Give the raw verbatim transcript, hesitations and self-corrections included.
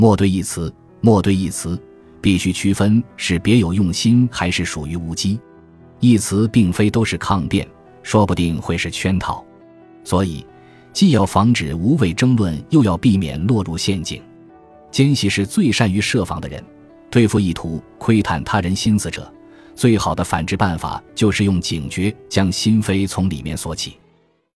默对一词，默对一词，必须区分是别有用心还是属于无稽。一词并非都是抗辩，说不定会是圈套。所以既要防止无谓争论，又要避免落入陷阱。奸细是最善于设防的人，对付意图窥探他人心思者，最好的反制办法就是用警觉将心扉从里面锁起。